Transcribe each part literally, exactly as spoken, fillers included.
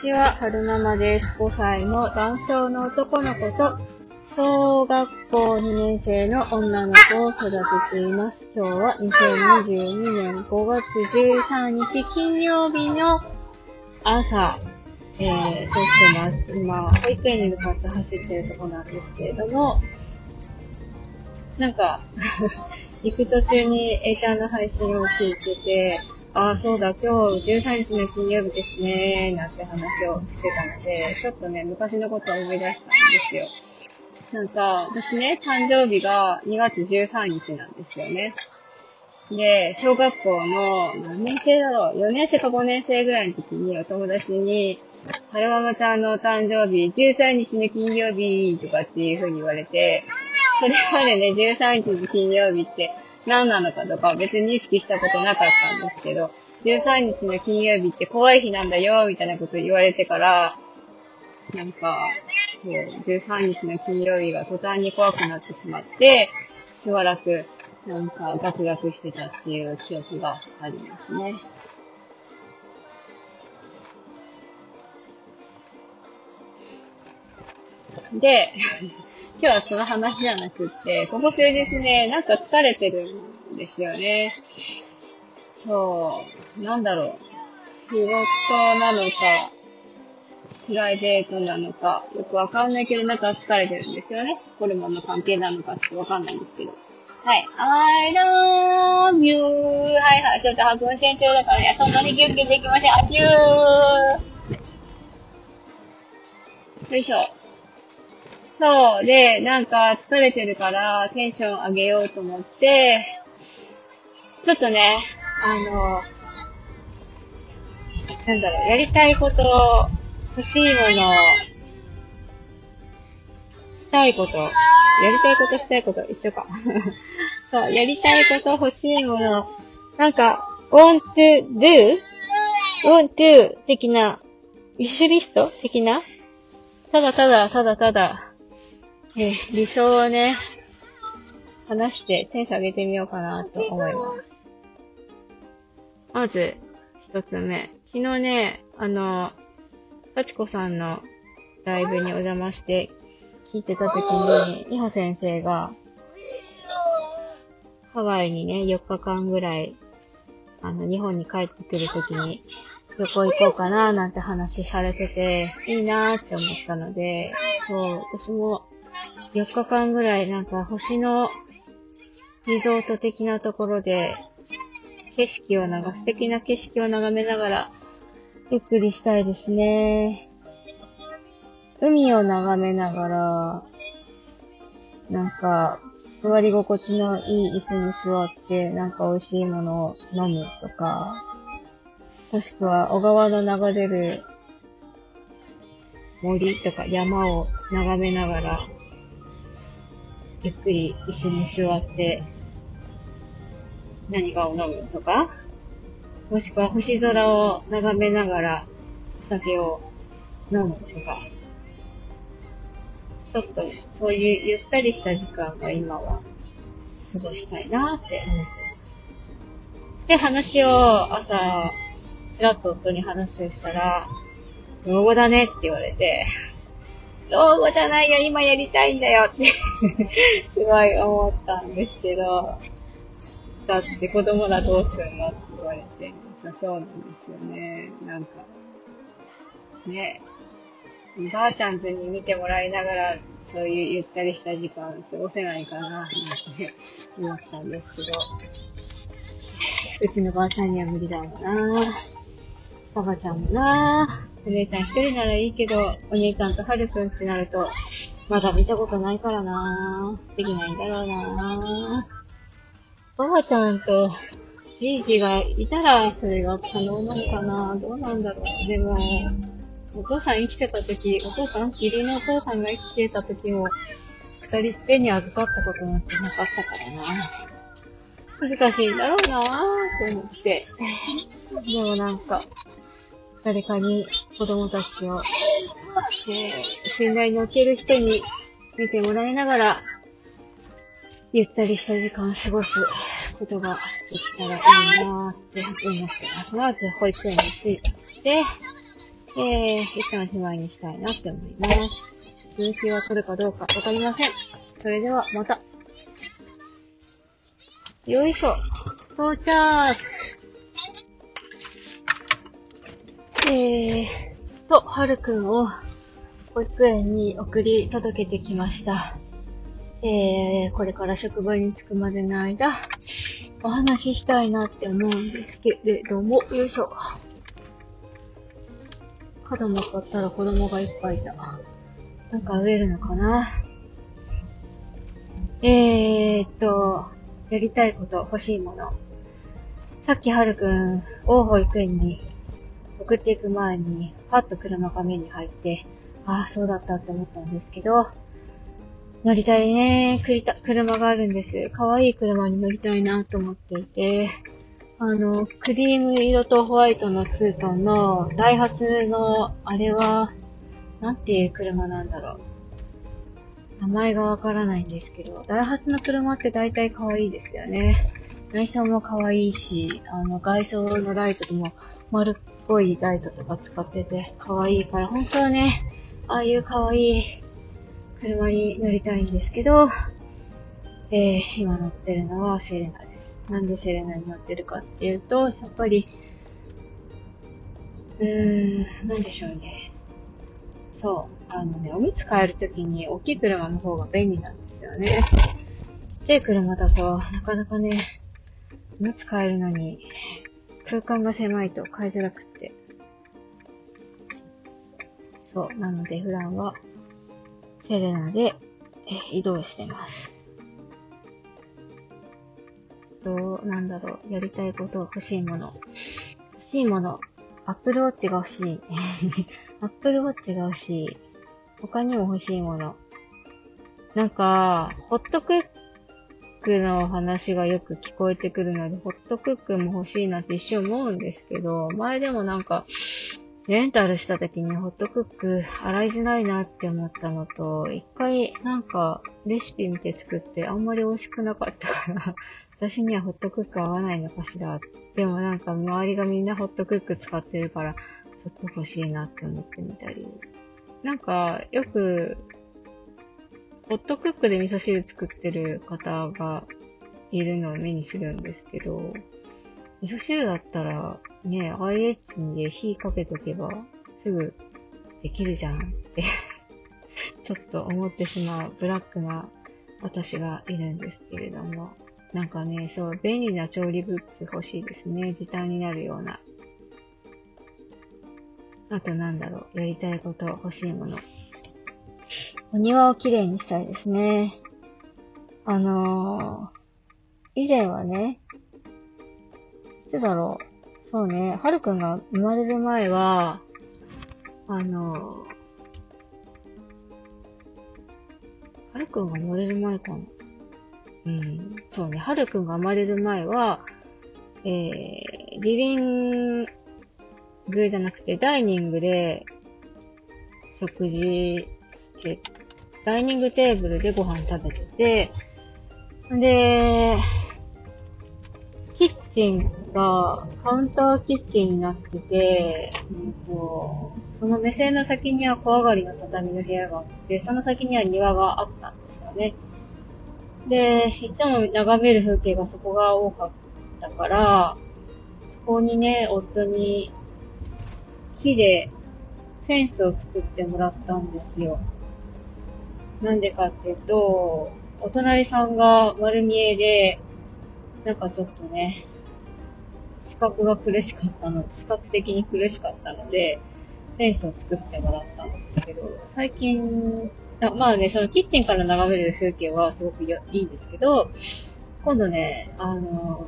ちは、春ママです。ごさいの男性の男の子と、小学校にねん生の女の子を育てています。今日はにせんにじゅうにねんごがつじゅうさんにち金曜日の朝、えー、撮ってます。今、保育園に向かって走ってるとこなんですけれども、なんか、行く途中に A ちゃんの配信を聞いてて、ああ、そうだ、今日じゅうさんにちの金曜日ですねー、なんて話をしてたので、ちょっとね、昔のことを思い出したんですよ。なんか、私ね、誕生日がにがつじゅうさんにちなんですよね。で、小学校の何年生だろう ?よ 年生かごねん生ぐらいの時にお友達に、はるままちゃんのお誕生日、じゅうさんにちの金曜日とかっていう風に言われて、それまでね、じゅうさんにちの金曜日って何なのかとか別に意識したことなかったんですけど、じゅうさんにちの金曜日って怖い日なんだよ、みたいなこと言われてから、なんか、そう、じゅうさんにちの金曜日が途端に怖くなってしまって、しばらく、なんか、ガクガクしてたっていう記憶がありますね。で、今日はその話じゃなくって、ここ数日ね、なんか疲れてるんですよね。そう、なんだろう。仕事なのか、プライベートなのか、よくわかんないけど、なんか疲れてるんですよね。ホルモンの関係なのかちょっとわかんないんですけど。はい。I love you! はいはい。ちょっと発音線中だからね、そんなにギュッギュッできません。あ、ピューよいしょ。そう。で、なんか疲れてるからテンション上げようと思って、ちょっとね、あの、なんだろう、やりたいこと、欲しいもの、したいこと、やりたいことしたいこと一緒か。そう、やりたいこと欲しいもの、なんか、want to do?want to 的な、ウィッシュリスト的なただただ、ただただ、え理想をね、話してテンション上げてみようかなと思います。まず、一つ目。昨日ね、あの、幸子さんのライブにお邪魔して聞いてた時に、イホ先生が、ハワイにね、よっかかんぐらい、あの、日本に帰ってくる時に、旅行行こうかななんて話されてて、いいなーって思ったので、そう、私もよっかかんぐらいなんか星のリゾート的なところで、景色を眺め、素敵な景色を眺めながら、ゆっくりしたいですね。海を眺めながら、なんか、座り心地のいい椅子に座って、なんか美味しいものを飲むとか、もしくは小川の流れる森とか山を眺めながら、ゆっくり椅子に座って、何かを飲むとか、もしくは星空を眺めながらお酒を飲むとか、ちょっとそういうゆったりした時間が今は過ごしたいなって思ってます。で、話を朝、ちらっと夫に話をしたら、老後だねって言われて、老後じゃないよ、今やりたいんだよってすごい思ったんですけど、だって子供らどうするのって言われて、そうなんですよね。なんか、ね、ばあちゃんズに見てもらいながら、そういうゆったりした時間を過ごせないかな、なんて思ったんですけど、うちのばあちゃんには無理だもんな。ばばちゃんもな。お姉ちゃん一人ならいいけど、お姉ちゃんとはるくんってなると、まだ見たことないからな。できないんだろうな。ばばちゃんとじいじがいたらそれが可能なのかな。どうなんだろう。でも、お父さん生きてた時、お父さん義理のお父さんが生きてた時も、二人いっぺんに預かったことなんてなかったからな。難しいんだろうなぁと思って。でもなんか、誰かに子供たちを、えー、信頼における人に見てもらいながら、ゆったりした時間を過ごすことができたらいいなぁって思いました。まず保育園に着いて、で、 えー、一旦おしまいにしたいなって思います。続きは取るかどうかわかりません。それではまた。よいしょ。到着。えーと、はるくんを保育園に送り届けてきました。えー、これから職場に着くまでの間、お話ししたいなって思うんですけれども、よいしょ。角曲がったら子供がいっぱいいた。なんか植えるのかな。えーっと、やりたいこと、欲しいもの。さっきはるくんを保育園に送っていく前に、パッと車が目に入って、ああ、そうだったって思ったんですけど、乗りたいねー、車があるんです。かわいい車に乗りたいなと思っていて、あの、クリーム色とホワイトのツートンのダイハツの、あれは、なんていう車なんだろう。名前がわからないんですけど、ダイハツの車って大体可愛いですよね。内装も可愛いし、あの、外装のライトも丸っぽいライトとか使ってて可愛いから、本当はね、ああいう可愛い車に乗りたいんですけど、えー、今乗ってるのはセレナです。なんでセレナに乗ってるかっていうと、やっぱり、うーん、なんでしょうね。そう。あのね、おむつ替えるときに大きい車の方が便利なんですよね。ちっちゃい車だとなかなかね、おむつ替えるのに空間が狭いと替えづらくって。そう。なので普段はセレナで移動してます。と、なんだろう、やりたいこと、欲しいもの。欲しいもの。アップルウォッチが欲しい。アップルウォッチが欲しい。他にも欲しいもの。なんか、ホットクックの話がよく聞こえてくるので、ホットクックも欲しいなって一瞬思うんですけど、前でもなんか、レンタルした時にホットクック洗いづらいなって思ったのと、一回なんかレシピ見て作ってあんまり美味しくなかったから、私にはホットクック合わないのかしら。でもなんか周りがみんなホットクック使ってるから、ちょっと欲しいなって思ってみたり。なんかよく、ホットクックで味噌汁作ってる方がいるのを目にするんですけど、味噌汁だったらね、アイエイチ で火かけとけばすぐできるじゃんってちょっと思ってしまうブラックな私がいるんですけれども。なんかね、そう、便利な調理グッズ欲しいですね。時短になるような。あとなんだろう、やりたいこと、欲しいもの。お庭をきれいにしたいですね。あのー、以前はね、いつだろう。そうね、はるくんが生まれる前は、あのー、はるくんが生まれる前かな。うん、そうね、はるくんが生まれる前は、えー、リビングじゃなくてダイニングで食事して、ダイニングテーブルでご飯食べてて、で、キッチンがカウンターキッチンになってて、うんと、その目線の先には小上がりの畳の部屋があって、その先には庭があったんですよね。で、いつも眺める風景がそこが多かったから、そこにね、夫に木でフェンスを作ってもらったんですよ。なんでかっていうと、お隣さんが丸見えで、なんかちょっとね、視覚が苦しかったの、視覚的に苦しかったので、フェンスを作ってもらったんですけど、最近、あまあね、そのキッチンから眺める風景はすごくいいんですけど、今度ね、あの、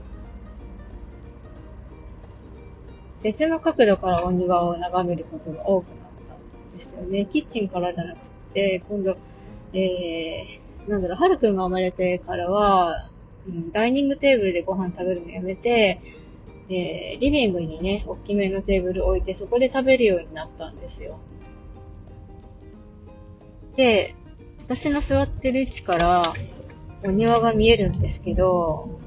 別の角度からお庭を眺めることが多くなったんですよね。キッチンからじゃなくて、今度、えー、なんだろう、はるくんが生まれてからは、うん、ダイニングテーブルでご飯食べるのやめて、えー、リビングにね、大きめのテーブル置いてそこで食べるようになったんですよ。で、私の座ってる位置からお庭が見えるんですけど、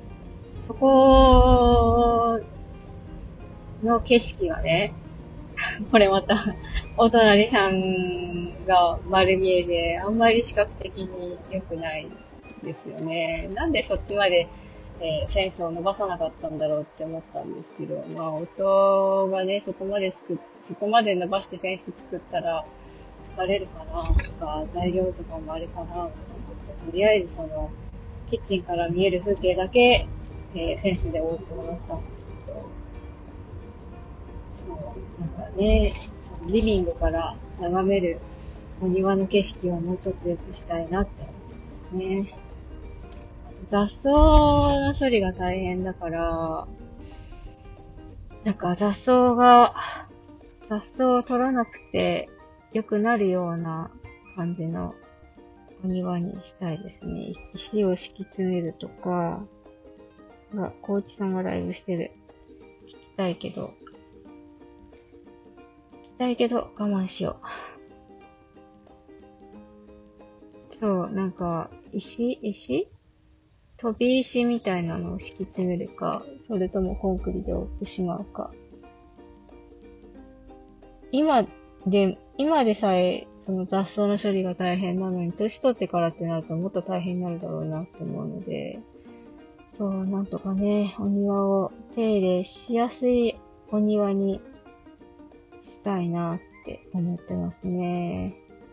そこの景色がね、 これまた、お隣さんが丸見えで、あんまり視覚的に良くないですよね。なんでそっちまで、えーフェンスを伸ばさなかったんだろうって思ったんですけど、まあ、音がね、そこまで作っ、そこまで伸ばしてフェンス作ったら、疲れるかなとか、材料とかもあれかなとか思って、とりあえずその、キッチンから見える風景だけ、えーフェンスで覆ってもらったんですけど、そうなんかね、リビングから眺めるお庭の景色をもうちょっと良くしたいなって思ってますね。雑草の処理が大変だから、なんか雑草が、雑草を取らなくて良くなるような感じのお庭にしたいですね。石を敷き詰めるとか、が、コーチさんがライブしてる。聞きたいけど、聞きたいけど我慢しよう。そう、なんか、石石飛び石みたいなのを敷き詰めるか、それともコンクリで覆ってしまうか。今で、今でさえ、その雑草の処理が大変なのに、年取ってからってなるともっと大変になるだろうなって思うので、そう、なんとかね、お庭を手入れしやすいお庭にしたいなって思ってますね。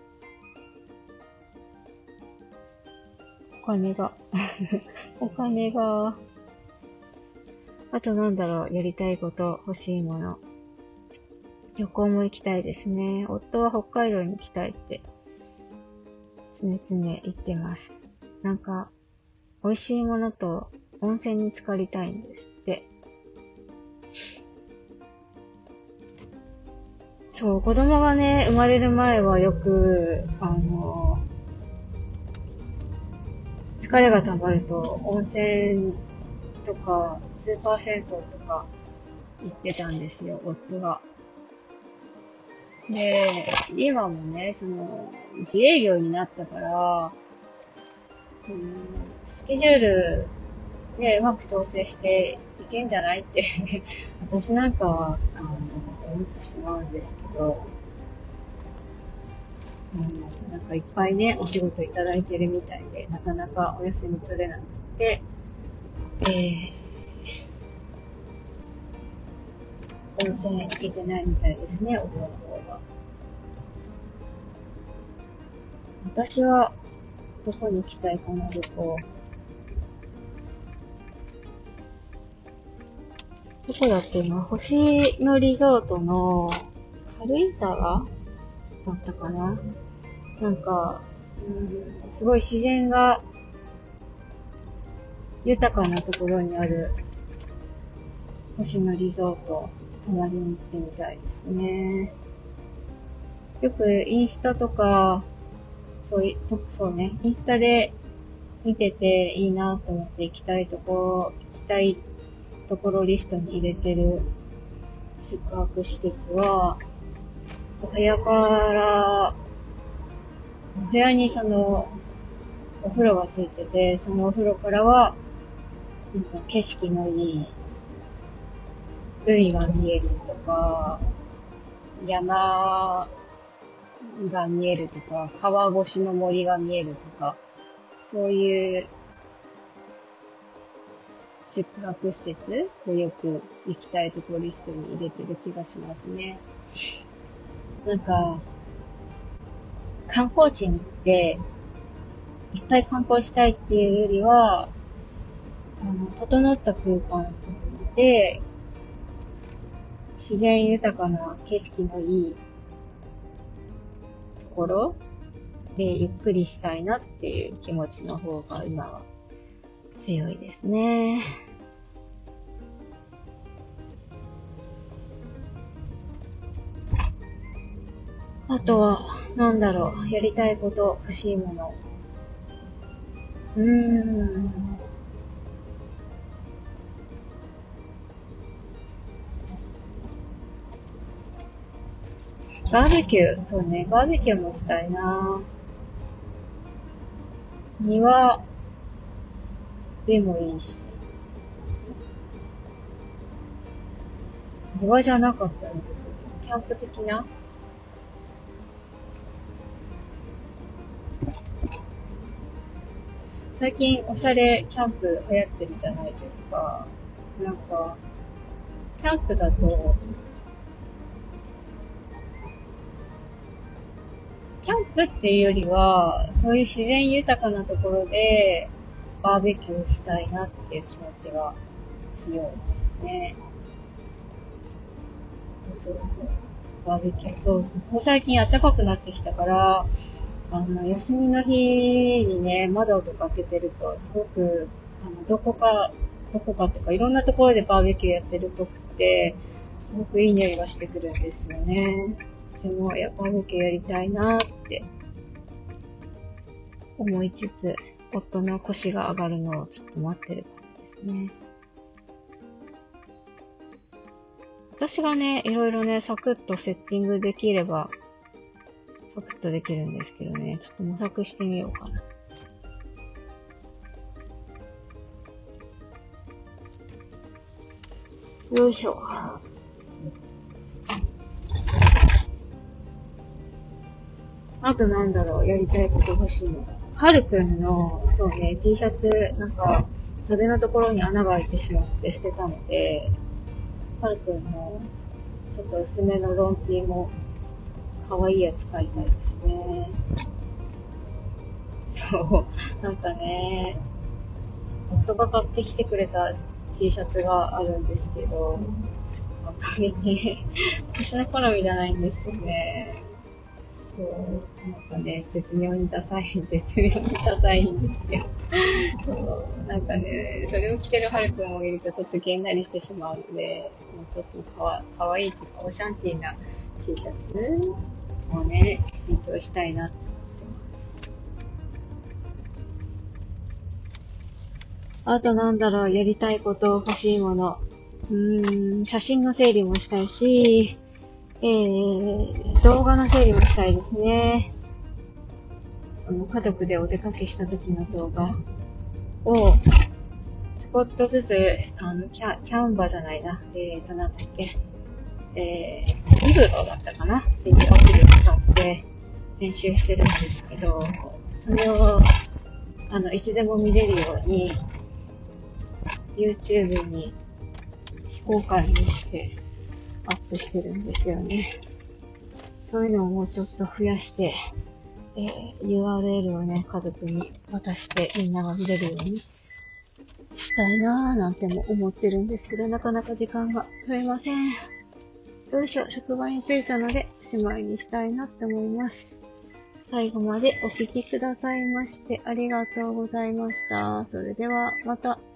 お金が。お金が。あとなんだろう、やりたいこと、欲しいもの。旅行も行きたいですね。夫は北海道に行きたいって、常々言ってます。なんか、美味しいものと温泉に浸かりたいんですって。そう、子供がね、生まれる前はよく、あの、疲れが溜まると温泉とかスーパー銭湯とか行ってたんですよ、夫が。で、今もね、その、自営業になったから、うん、スケジュールね、うまく調整していけんじゃないって私なんかは、あの、思ってしまうんですけど、うん、なんかいっぱいね、お仕事いただいてるみたいで、なかなかお休み取れなくて、えー、温泉行けてないみたいですね、夫の方が。私は、どこに行きたいかな、旅行。どこだっけな、星野リゾートの軽井沢だったかな。なんか、うん、すごい自然が豊かなところにある星野リゾート、泊まりに行ってみたいですね。よくインスタとか、そうい、そうね、インスタで見てていいなと思って行きたいところ、行きたいところリストに入れてる宿泊施設は、お部屋から、お部屋にその、お風呂がついてて、そのお風呂からは、なんか景色のいい、海が見えるとか、山が見えるとか、川越しの森が見えるとか、そういう宿泊施設をよく行きたいところリストに入れてる気がしますね。なんか、観光地に行って、いっぱい観光したいっていうよりは、あの、整った空間で、自然豊かな景色のいいところでゆっくりしたいなっていう気持ちの方が今は強いですね。あとは、なんだろう、やりたいこと、欲しいもの。うーん。バーベキュー、そうね、バーベキューもしたいな。庭でもいいし。庭じゃなかったらキャンプ的な最近おしゃれキャンプ流行ってるじゃないですか。なんか、キャンプだと、キャンプっていうよりは、そういう自然豊かなところでバーベキューしたいなっていう気持ちが強いですね。そうそう。バーベキュー、そうそう。もう最近暖かくなってきたから、あの、休みの日にね、窓とか開けてると、すごく、あの、どこか、どこかっていうか、いろんなところでバーベキューやってるっぽくて、すごくいい匂いがしてくるんですよね。でも、いや、バーベキューやりたいなーって思いつつ、夫の腰が上がるのをちょっと待ってる感じですね。私がね、いろいろね、サクッとセッティングできれば、サクッとできるんですけどね、ちょっと模索してみようかな。よいしょ。あとなんだろう、やりたいこと欲しいの。はるくんの、そうね、T シャツ、なんか、袖のところに穴が開いてしまって捨てたので、はるくんの、ちょっと薄めのロン T も、可愛いやつ買いたいですね。そう、なんかね、夫が買ってきてくれた T シャツがあるんですけど、本当にね、私の好みじゃないんですよね。そう、なんかね、絶妙にダサい、絶妙にダサいんですよ。そう、なんかね、それを着てるはるくんを見るとちょっとげんなりしてしまうので、もうちょっとかわかわいいっていうか、オシャンティーな T シャツをね、新調したいなって思ってます。あとなんだろう、やりたいこと、欲しいもの。うーん、写真の整理もしたいし、えー、動画の整理もしたいですね。あの、家族でお出かけした時の動画を、ちょこっとずつ、あの、キャ、キャンバじゃないな。えーと、なんだっけ。えー、リブロだったかなっていうアプリを使って編集してるんですけど、それを、あの、いつでも見れるように、YouTube に非公開にしてアップしてるんですよね。そういうのをもうちょっと増やして、えー、ユーアールエル をね、家族に渡してみんなが見れるようにしたいなーなんても思ってるんですけど、なかなか時間が取れません。よいしょ、職場に着いたので、しまいにしたいなって思います。最後までお聞きくださいましてありがとうございました。それではまた。